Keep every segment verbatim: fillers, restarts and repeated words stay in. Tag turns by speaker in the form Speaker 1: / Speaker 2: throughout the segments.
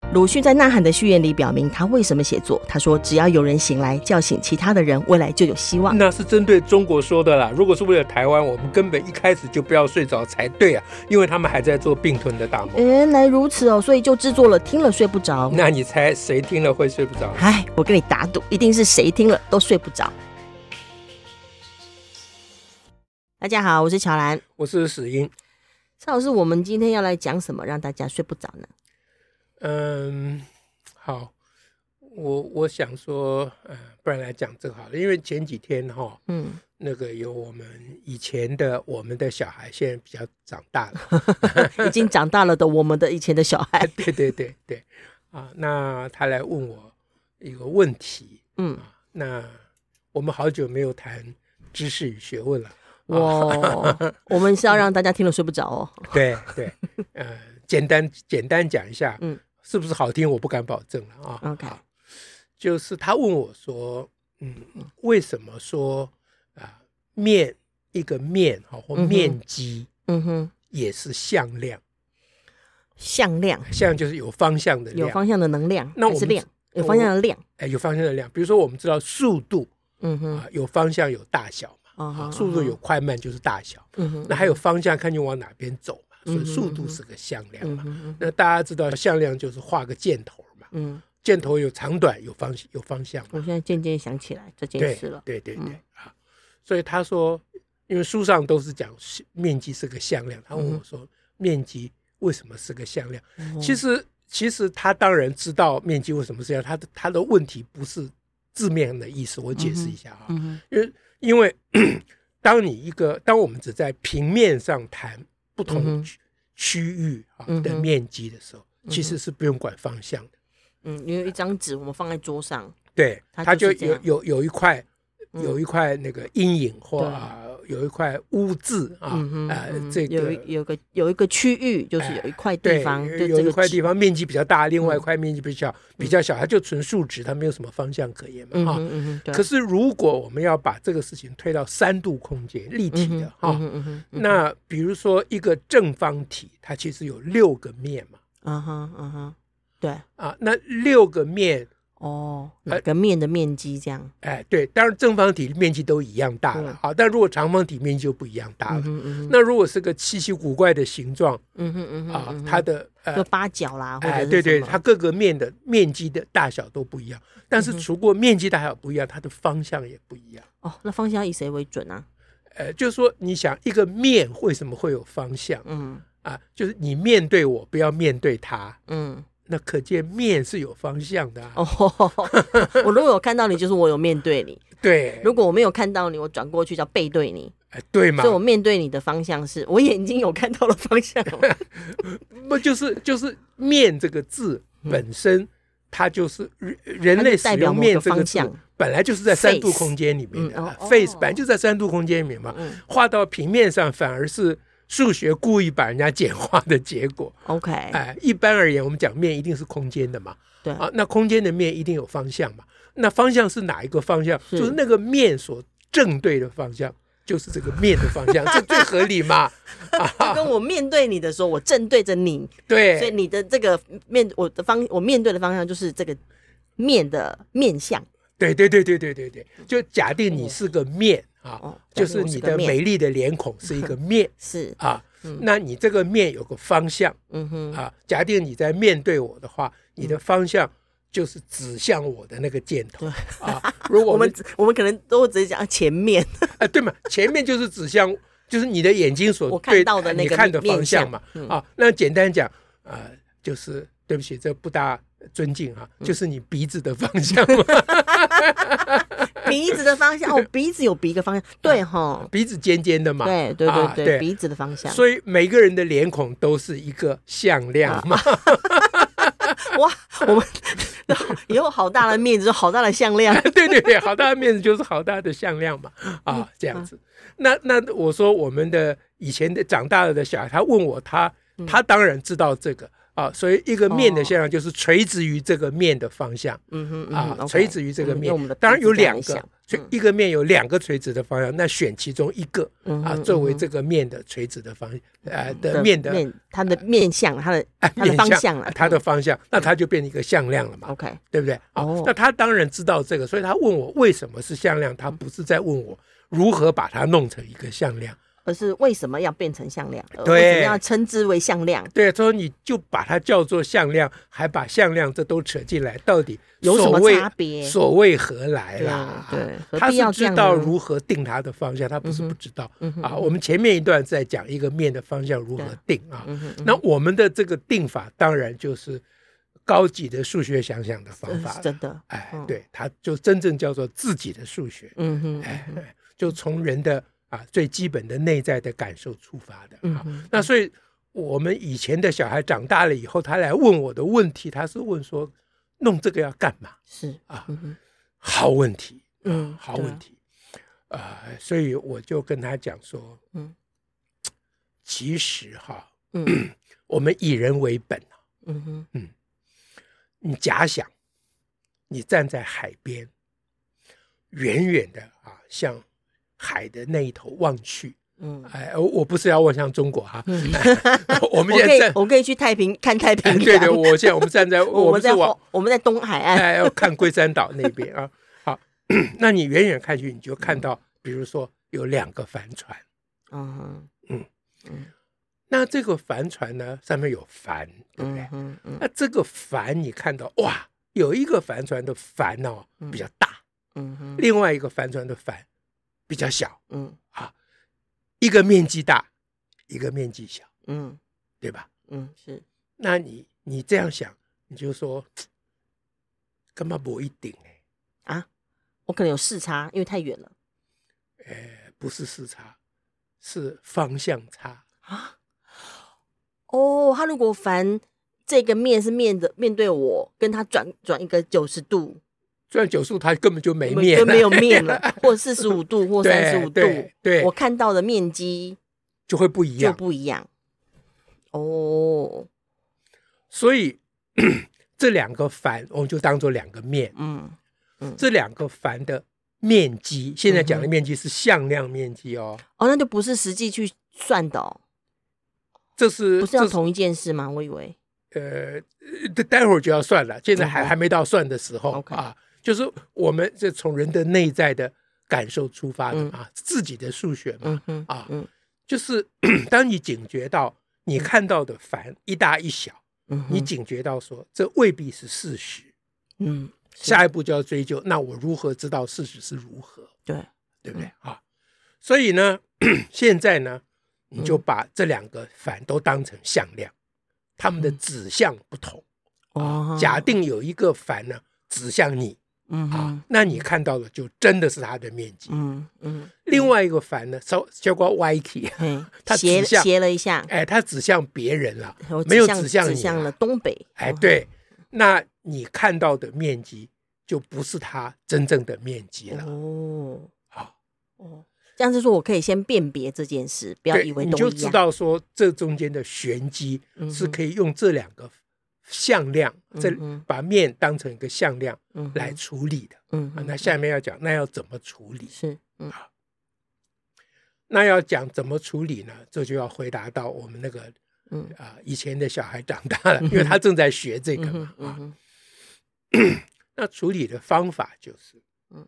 Speaker 1: 鲁迅在《呐喊》的序言里表明他为什么写作，他说只要有人醒来叫醒其他的人，未来就有希望。
Speaker 2: 那是针对中国说的啦，如果是为了台湾，我们根本一开始就不要睡着才对啊，因为他们还在做并吞的大梦。
Speaker 1: 原来如此哦，所以就制作了听了睡不着。
Speaker 2: 那你猜谁听了会睡不着？
Speaker 1: 哎，我跟你打赌，一定是谁听了都睡不着。大家好，我是乔兰，
Speaker 2: 我是史英。
Speaker 1: 蔡老师，我们今天要来讲什么让大家睡不着呢？
Speaker 2: 嗯，好，我我想说，呃，不然来讲这个好了，因为前几天哈，嗯，那个有我们以前的我们的小孩，现在比较长大了，
Speaker 1: 已经长大了的我们的以前的小孩，
Speaker 2: 对对对对，啊，那他来问我一个问题，嗯，啊、那我们好久没有谈知识与学问了，
Speaker 1: 哇，我们是要让大家听了睡不着哦，
Speaker 2: 对对，呃，简单简单讲一下，嗯。是不是好听？我不敢保证了啊。
Speaker 1: OK，
Speaker 2: 就是他问我说，嗯，为什么说啊、呃、面一个面哈或面积，嗯哼，也是向量？
Speaker 1: 向量，
Speaker 2: 向就是有方向的量，
Speaker 1: 有方向的能量，
Speaker 2: 那我们
Speaker 1: 还是量有方向的量？
Speaker 2: 哎，有方向的量。比如说我们知道速度，嗯哼，啊、有方向有大小嘛，啊、uh-huh, 速度有快慢就是大小，嗯哼，那还有方向，看你往哪边走。所以速度是个向量嘛，嗯嗯、那大家知道向量就是画个箭头嘛，嗯，箭头有长短有方有方向嘛。
Speaker 1: 我现在渐渐想起来这件事了，
Speaker 2: 对对对对、嗯、啊，所以他说，因为书上都是讲面积是个向量，他问我说、嗯、面积为什么是个向量？嗯、其实其实他当然知道面积为什么是向量，他的他的问题不是字面的意思，我解释一下啊，嗯、因为因为当你一个当我们只在平面上谈不同区域的面积的时候、嗯、其实是不用管方向的。
Speaker 1: 嗯，因为一张纸我们放在桌上，
Speaker 2: 对，它就有有有一块有一块那个阴影或啊、呃、有一块污渍啊，嗯呃嗯、这个
Speaker 1: 有有个有一个区域，就是有一块地方，
Speaker 2: 对，有一块地方面积比较大，另外一块面积比较、嗯、比较小，它就纯数值，它没有什么方向可言嘛，哈、嗯嗯嗯。可是如果我们要把这个事情推到三度空间立体的哈、嗯嗯嗯嗯，那比如说一个正方体，它其实有六个面嘛，
Speaker 1: 嗯哼嗯哼，对
Speaker 2: 啊，那六个面。
Speaker 1: 哦，哪个面的面积这样？
Speaker 2: 哎，对，当然正方体面积都一样大了，好，但如果长方体面积就不一样大了。嗯嗯、那如果是个稀奇古怪的形状，嗯哼嗯哼啊，嗯、它的
Speaker 1: 呃，就八角啦，或者是
Speaker 2: 哎，对对，它各个面的面积的大小都不一样，但是除过面积大小不一样，它的方向也不一样。
Speaker 1: 哦，那方向以谁为准啊？
Speaker 2: 呃，就是说，你想一个面为什么会有方向？嗯啊，就是你面对我，不要面对它。嗯。那可见面是有方向的、啊、
Speaker 1: 哦，我如果有看到你，就是我有面对你。
Speaker 2: 对，
Speaker 1: 如果我没有看到你，我转过去叫背对你。
Speaker 2: 哎，对嘛？
Speaker 1: 所以我面对你的方向是我眼睛有看到的方向。
Speaker 2: 不就是就是面这个字本身，嗯、它就是人类使用面这个字，本来就是在三度空间里面的、嗯、face 本来就在三度空间里面嘛，嗯、画到平面上反而是。数学故意把人家简化的结果
Speaker 1: ，OK，
Speaker 2: 哎，一般而言，我们讲面一定是空间的嘛，
Speaker 1: 对
Speaker 2: 啊，那空间的面一定有方向嘛，那方向是哪一个方向？是就是那个面所正对的方向，就是这个面的方向，这最合理嘛。
Speaker 1: 啊，跟我面对你的时候，我正对着你，
Speaker 2: 对，
Speaker 1: 所以你的这个面，我的方，我面对的方向就是这个面的面向。
Speaker 2: 对对对对对对对，就假定你是个面。啊、哦，就是你的美丽的脸孔是一个面，
Speaker 1: 是
Speaker 2: 啊、嗯，那你这个面有个方向，嗯哼，啊，假定你在面对我的话，你的方向就是指向我的那个箭头，啊，如果
Speaker 1: 我们我们可能都会直接讲前面，
Speaker 2: 啊，对嘛，前面就是指向，就是你的眼睛所
Speaker 1: 我看到的那个
Speaker 2: 你看的方向嘛，嗯、啊，那简单讲，啊、呃，就是对不起，这不大尊敬啊，嗯、就是你鼻子的方向嘛。
Speaker 1: 鼻子的方向哦，鼻子有鼻个方向，对哈、哦，
Speaker 2: 鼻子尖尖的嘛，
Speaker 1: 对对对 对,、啊、对，鼻子的方向。
Speaker 2: 所以每个人的脸孔都是一个向量嘛。
Speaker 1: 啊、哇，我们以后好大的面子，就好大的向量。
Speaker 2: 对对对，好大的面子就是好大的向量嘛。啊，这样子。那那我说我们的以前的长大了的小孩，他问我他他当然知道这个。 啊，所以一个面的向量就是垂直于这个面的方向，
Speaker 1: 嗯哼，嗯
Speaker 2: 啊，
Speaker 1: 哼
Speaker 2: 垂直于这个面。
Speaker 1: 嗯、
Speaker 2: 当然有两个，
Speaker 1: 所以
Speaker 2: 一个面有两个垂直的方向，那选其中一个、
Speaker 1: 嗯、
Speaker 2: 啊，作为这个面的垂直的方向，呃的面的
Speaker 1: 面，它的面向，它的它的方向了，
Speaker 2: 它的方向，那它就变成一个向量了嘛
Speaker 1: ，OK，
Speaker 2: 对不对？啊、
Speaker 1: 哦，
Speaker 2: 那他当然知道这个，所以他问我为什么是向量，他不是在问我如何把它弄成一个向量。
Speaker 1: 而是为什么要变成向量？
Speaker 2: 对，
Speaker 1: 为什么要称之为向量？
Speaker 2: 对，所以你就把它叫做向量，还把向量这都扯进来，到底
Speaker 1: 有什么差别？
Speaker 2: 所谓何来啦？
Speaker 1: 对，对，
Speaker 2: 他是知道如何定它的方向，他不是不知道、
Speaker 1: 嗯、
Speaker 2: 啊。我们前面一段在讲一个面的方向如何定啊、
Speaker 1: 嗯，
Speaker 2: 那我们的这个定法当然就是高级的数学想想的方法，
Speaker 1: 真的，
Speaker 2: 哎，对，它就真正叫做自己的数学，
Speaker 1: 嗯哼，
Speaker 2: 哎，就从人的。啊，最基本的内在的感受出发的、啊
Speaker 1: 嗯、
Speaker 2: 那所以我们以前的小孩长大了以后，他来问我的问题，他是问说弄这个要干嘛？
Speaker 1: 是
Speaker 2: 啊、
Speaker 1: 嗯，
Speaker 2: 好问题，
Speaker 1: 嗯，
Speaker 2: 好问题，啊、呃，所以我就跟他讲说，嗯，其实哈，嗯，我们以人为本，嗯哼，嗯，你假想你站在海边，远远的啊，向海的那一头望去，嗯，哎，我不是要望向中国哈、啊，嗯、我们现在站，
Speaker 1: 我可以去太平看太平洋，
Speaker 2: 对对，我现在我们站在
Speaker 1: 我们在往我们在东海岸，
Speaker 2: 哎，要看龟山岛那边啊。好，那你远远看去，你就看到，比如说有两个帆船，嗯嗯嗯，那这个帆船呢，上面有帆，对不对？嗯嗯，那这个帆你看到哇，有一个帆船的帆哦比较大，嗯哼，另外一个帆船的帆比较小，嗯啊，一个面积大，一个面积小，嗯，对吧？
Speaker 1: 嗯，是。
Speaker 2: 那你你这样想，你就说，干嘛不一定哎、
Speaker 1: 欸？啊，我可能有视差，因为太远了。
Speaker 2: 呃，不是视差，是方向差
Speaker 1: 啊。哦，他如果凡这个面是面的面对我，跟他转转一个九十度。
Speaker 2: 转九十度，它根本就没面了，
Speaker 1: 就没有面了，或四十五度或三十五度，
Speaker 2: 对，对，
Speaker 1: 我看到的面积
Speaker 2: 就会不一样，
Speaker 1: 就不一样。哦，
Speaker 2: 所以这两个帆我们就当做两个面，嗯嗯，这两个帆的面积，现在讲的面积是向量面积哦，
Speaker 1: 嗯、哦，那就不是实际去算的哦，
Speaker 2: 这是
Speaker 1: 不是要同一件事吗？我以为，
Speaker 2: 呃，待会儿就要算了，现在还、嗯、还没到算的时候、
Speaker 1: okay.
Speaker 2: 啊。就是我们这从人的内在的感受出发的、嗯、啊，自己的数学嘛、嗯、啊、嗯，就是当你警觉到你看到的帆一大一小、嗯，你警觉到说这未必是事实，嗯，下一步就要追究，那我如何知道事实是如何？
Speaker 1: 对，
Speaker 2: 对不对、嗯、啊？所以呢，现在呢，你就把这两个帆都当成向量，它们的指向不同、嗯啊、假定有一个帆呢指向你。嗯啊，那你看到的就真的是它的面积。嗯嗯，另外一个帆呢，稍稍微歪起，它
Speaker 1: 斜斜了一下，
Speaker 2: 哎，它指向别人了，没有指向你，
Speaker 1: 指向了东北。
Speaker 2: 哎，对，那你看到的面积就不是它真正的面积了。哦，好，
Speaker 1: 哦，这样子说，我可以先辨别这件事，不要以为都一样，
Speaker 2: 你就知道说这中间的玄机是可以用这两个向量，这把面当成一个向量来处理的。嗯、啊，那下面要讲那要怎么处理？
Speaker 1: 是，嗯，
Speaker 2: 啊，那要讲怎么处理呢？这就要回答到我们那个，嗯啊，以前的小孩长大了，因为他正在学这个嘛。啊，那处理的方法就是，嗯，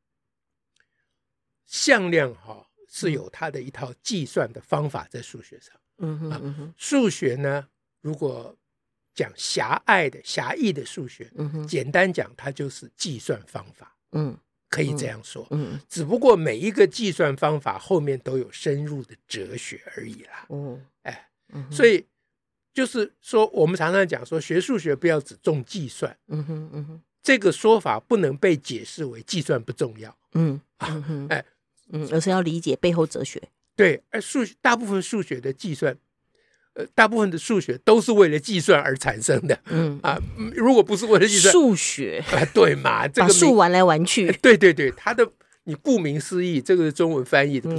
Speaker 2: 向量哈是有它的一套计算的方法在数学上。嗯哼，嗯哼，数学呢，如果讲狭隘的狭义的数学、嗯、简单讲它就是计算方法，嗯，可以这样说，嗯，只不过每一个计算方法后面都有深入的哲学而已啦，嗯，哎，嗯、所以就是说我们常常讲说学数学不要只重计算，嗯哼嗯哼，这个说法不能被解释为计算不重要，嗯啊，嗯哎，
Speaker 1: 嗯，而是要理解背后哲学，
Speaker 2: 对，而数大部分数学的计算。呃，大部分的数学都是为了计算而产生的，嗯啊，如果不是为了计算，
Speaker 1: 数学
Speaker 2: 啊，对嘛，这个
Speaker 1: 把数玩来玩去，
Speaker 2: 对对对，它的你顾名思义，这个中文翻译的不错了、嗯，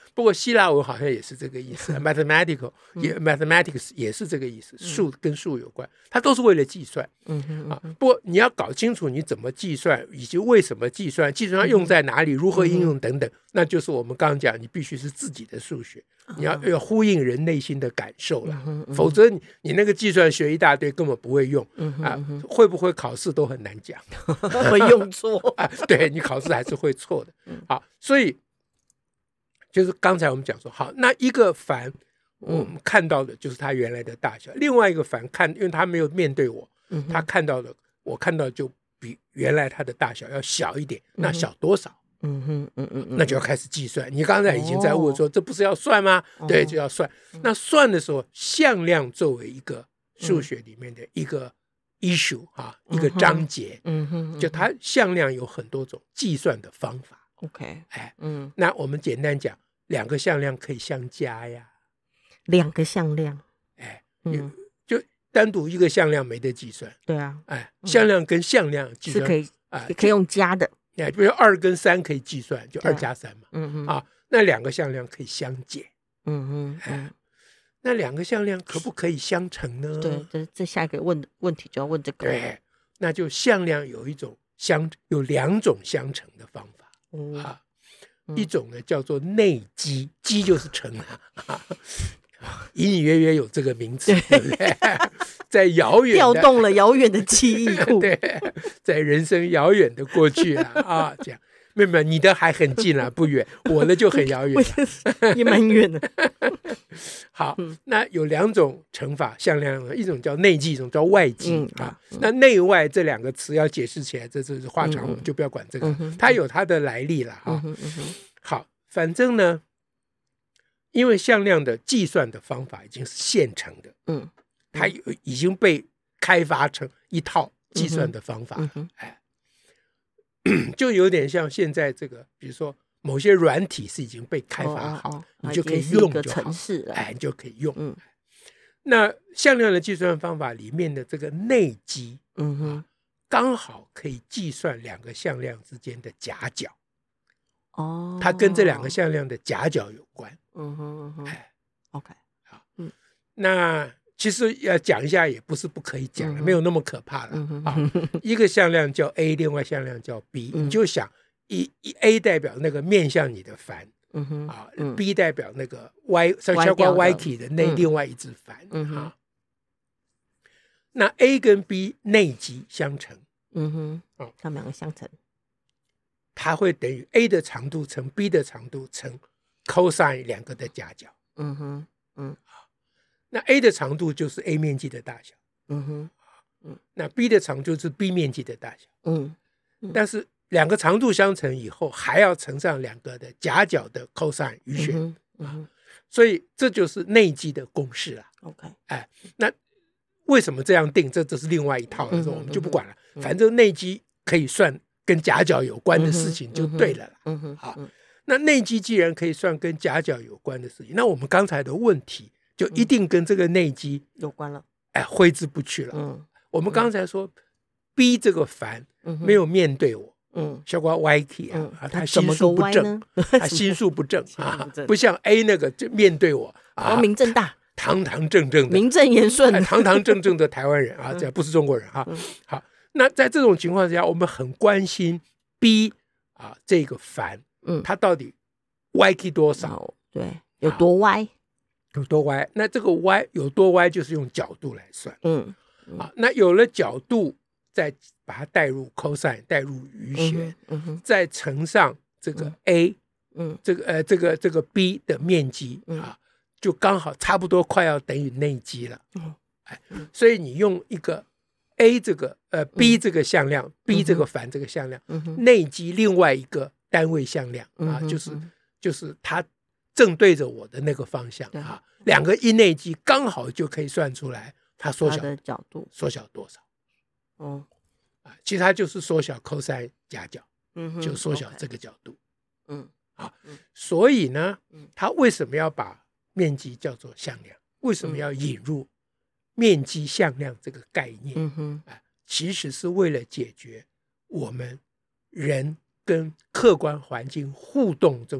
Speaker 2: 不过希腊文好像也是这个意思，mathematical 也 mathematics 也是这个意思，数跟数有关，它都是为了计算。
Speaker 1: 嗯哼
Speaker 2: 啊，不过你要搞清楚你怎么计算，以及为什么计算，计算用在哪里，如何应用等等，那就是我们刚刚讲，你必须是自己的数学，你要要呼应人内心的感受了，否则你你那个计算学一大堆根本不会用啊，会不会考试都很难讲，
Speaker 1: 会用错
Speaker 2: 啊，对你考试还是会错的。好，所以就是刚才我们讲说，好，那一个帆我们看到的就是它原来的大小，另外一个帆看，因为它没有面对我，他看到的我看到就比原来它的大小要小一点，那小多少？
Speaker 1: 嗯哼嗯嗯，
Speaker 2: 那就要开始计算。你刚才已经在问说，这不是要算吗？对，就要算。那算的时候，向量作为一个数学里面的一个 issue 啊，一个章节，
Speaker 1: 嗯哼，
Speaker 2: 就它向量有很多种计算的方法。
Speaker 1: OK，
Speaker 2: 哎，
Speaker 1: 嗯，
Speaker 2: 那我们简单讲，两个向量可以相加呀，
Speaker 1: 两个向量，
Speaker 2: 哎，
Speaker 1: 嗯，
Speaker 2: 就单独一个向量没得计算，
Speaker 1: 对啊，
Speaker 2: 哎，向量跟向量计算
Speaker 1: 是可以
Speaker 2: 啊，
Speaker 1: 也可以用加的，
Speaker 2: 哎，比如二跟三可以计算，就二加三嘛，
Speaker 1: 嗯哼，
Speaker 2: 啊，那两个向量可以相减，
Speaker 1: 嗯哼，
Speaker 2: 哎，那两个向量可不可以相乘呢？
Speaker 1: 对，这这下一个问问题就要问这个，
Speaker 2: 对，那就向量有一种相有两种相乘的方法。
Speaker 1: 嗯
Speaker 2: 啊，一种呢叫做内积，积就是乘啊，隐隐约约有这个名词，对不对？在遥远
Speaker 1: 调动了遥远的记忆库，
Speaker 2: 对，在人生遥远的过去啊啊，这样，没有没有，你的还很近啊，不远，我的就很遥远，
Speaker 1: 也蛮远的。
Speaker 2: 好，那有两种乘法向量，一种叫内积，一种叫外积、
Speaker 1: 嗯、
Speaker 2: 啊。那内外这两个词要解释起来，这是话长，我们就不要管这个，
Speaker 1: 嗯、
Speaker 2: 它有它的来历了哈、
Speaker 1: 嗯嗯。
Speaker 2: 好，反正呢，因为向量的计算的方法已经是现成的，嗯，它已经被开发成一套计算的方法，嗯、哎，就有点像现在这个，比如说。某些软体是已经被开发好，哦哦、你就可以用就好，哎，你就可以用。嗯，那向量的计算方法里面的这个内积，嗯哼、啊，刚好可以计算两个向量之间的夹角。哦，它跟这两个向量的夹角有关。嗯哼嗯哼，哎
Speaker 1: ，OK，
Speaker 2: 好，嗯，那其实要讲一下也不是不可以讲的，嗯、没有那么可怕了。嗯、啊，一个向量叫 A， 另外向量叫 B，、嗯、你就想。一一 A 代表那个面向你的帆，嗯哼啊、嗯、，B 代表那个 Y 像相关 Y K 的那另外一只帆，嗯哼、啊。那 A 跟 B 内积相乘，
Speaker 1: 嗯哼，哦，他们两个相乘，
Speaker 2: 它会等于 A 的长度乘 B 的长度乘 cosine 两个的夹角，嗯哼，嗯，那 A 的长度就是 A 面积的大小，嗯哼，嗯，那 B 的长度是 B 面积的大小，嗯，嗯但是。两个长度相乘以后，还要乘上两个的夹角的 cosine 余弦、嗯嗯啊，所以这就是内积的公式了。OK， 哎，那为什么这样定？这这是另外一套的时候，我们就不管了。嗯、反正内积可以算跟夹角有关的事情就对了啦。嗯哼，好，那内积既然可以算跟夹角有关的事情，那我们刚才的问题就一定跟这个内积
Speaker 1: 有关了，
Speaker 2: 哎，挥之不去了。嗯，我们刚才说 B 这个帆没有面对我。嗯，效果 Y K 啊，嗯、啊他心术不正，他心术不正啊，不像 A 那个就面对我啊，
Speaker 1: 光明正大，
Speaker 2: 堂堂正正的，
Speaker 1: 名正言顺，
Speaker 2: 堂堂正正的台湾人啊，这不是中国人啊。嗯、好，那在这种情况下，我们很关心 B 啊这个帆，嗯，它到底 Y K 多少？
Speaker 1: 对，有多歪？
Speaker 2: 有多歪？那这个 Y 有多歪，就是用角度来算。嗯，啊，那有了角度。再把它带入 cosine， 带入余弦、嗯嗯，再乘上这个 A， 嗯，这个呃这个这个 B 的面积、嗯、啊，就刚好差不多快要等于内积了。嗯，哎，所以你用一个 A 这个呃 B 这个向量、嗯、B 这个帆这个向量，嗯、内积另外一个单位向量、嗯、啊，就是就是它正对着我的那个方向啊，两个一内积刚好就可以算出来它缩小
Speaker 1: 的角度
Speaker 2: 缩小多少。哦，啊，其实它就是缩小 cosine 夹角，嗯，就缩小这个角度，嗯，好，嗯、所以呢，它为什么要把面积叫做向量？为什么要引入面积向量这个概念？嗯哼，啊，其实是为了解决我们人跟客观环境互动中间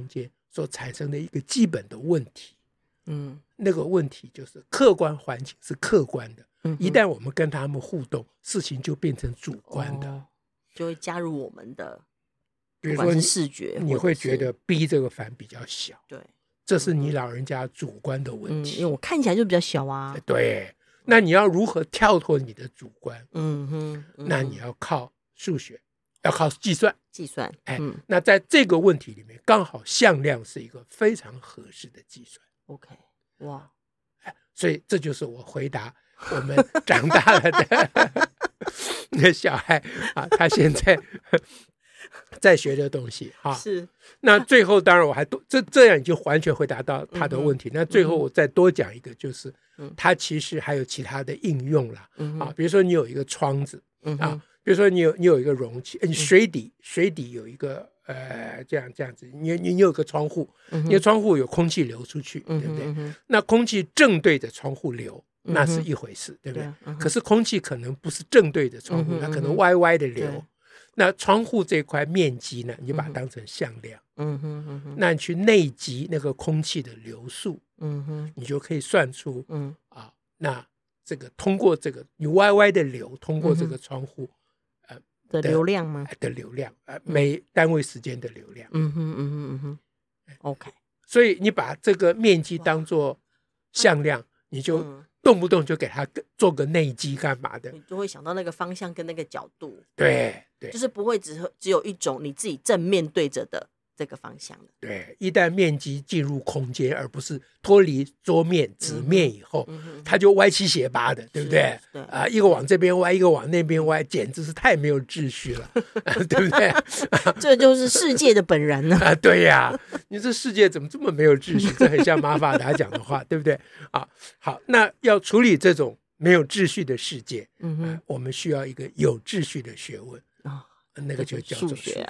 Speaker 2: 所产生的一个基本的问题。
Speaker 1: 嗯，
Speaker 2: 那个问题就是客观环境是客观的，
Speaker 1: 嗯、
Speaker 2: 一旦我们跟他们互动，事情就变成主观的，
Speaker 1: 哦、就会加入我们的，
Speaker 2: 比如说你
Speaker 1: 视觉，
Speaker 2: 你会觉得 B 这个帆比较小，
Speaker 1: 对，
Speaker 2: 这是你老人家主观的问题，
Speaker 1: 嗯、因为我看起来就比较小啊。
Speaker 2: 对，那你要如何跳脱你的主观？
Speaker 1: 嗯哼，嗯哼
Speaker 2: 那你要靠数学，要靠计算。
Speaker 1: 计算，
Speaker 2: 哎，
Speaker 1: 嗯，
Speaker 2: 那在这个问题里面，刚好向量是一个非常合适的计算。
Speaker 1: OK， 哇，
Speaker 2: 哎，所以这就是我回答我们长大了的那小孩啊，他现在在学的东西哈。
Speaker 1: 是。
Speaker 2: 那最后当然我还多这这样已经完全回答到他的问题。嗯、那最后我再多讲一个，就是它其实还有其他的应用啦。嗯、啊，比如说你有一个窗子、嗯、啊，比如说你有你有一个容器，你水底水底有一个呃这样这样子，你你你有个窗户，嗯、你的窗户有空气流出去，嗯、对不对？嗯、那空气正对着窗户流。那是一回事，嗯、对不对？嗯、可是空气可能不是正对着窗户，嗯、它可能歪歪的流。那窗户这块面积呢，你就把它当成向量。嗯哼嗯哼，那你去内积那个空气的流速，嗯哼，你就可以算出，嗯啊，那这个通过这个你歪歪的流通过这个窗户，
Speaker 1: 呃的流量吗？
Speaker 2: 的流量，呃，每单位时间的流量。嗯哼嗯哼嗯哼
Speaker 1: ，OK。
Speaker 2: 所以你把这个面积当作向量，你就。嗯动不动就给他做个内积干嘛的，
Speaker 1: 你就会想到那个方向跟那个角度，
Speaker 2: 对对，
Speaker 1: 就是不会只只有一种你自己正面对着的这个方向。
Speaker 2: 对，一旦面积进入空间，而不是脱离桌面纸面以后，嗯、它就歪七斜八的，对不对？对啊、呃，一个往这边歪，一个往那边歪，简直是太没有秩序了，对不对？
Speaker 1: 这就是世界的本然呢、
Speaker 2: 啊！对呀、啊，你这世界怎么这么没有秩序？这很像马法达讲的话，对不对？啊，好，那要处理这种没有秩序的世界，嗯哼、呃，我们需要一个有秩序的学问啊、哦，那个就叫做数学。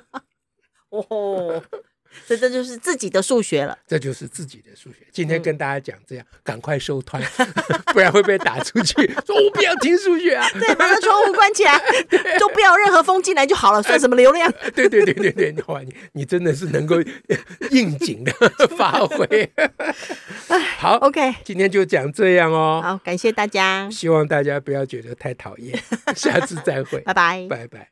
Speaker 1: 哦，所以这就是自己的数学了，
Speaker 2: 这就是自己的数学。今天跟大家讲这样，嗯、赶快收团，不然会被打出去。说我不要听数学啊！
Speaker 1: 对，把那窗户关起来，都不要任何风进来就好了，算什么流量？
Speaker 2: 对对对对对，哇，你你真的是能够应景的发挥。好
Speaker 1: ，OK，
Speaker 2: 今天就讲这样哦。
Speaker 1: 好，感谢大家，
Speaker 2: 希望大家不要觉得太讨厌，下次再会，
Speaker 1: 拜拜，
Speaker 2: 拜拜。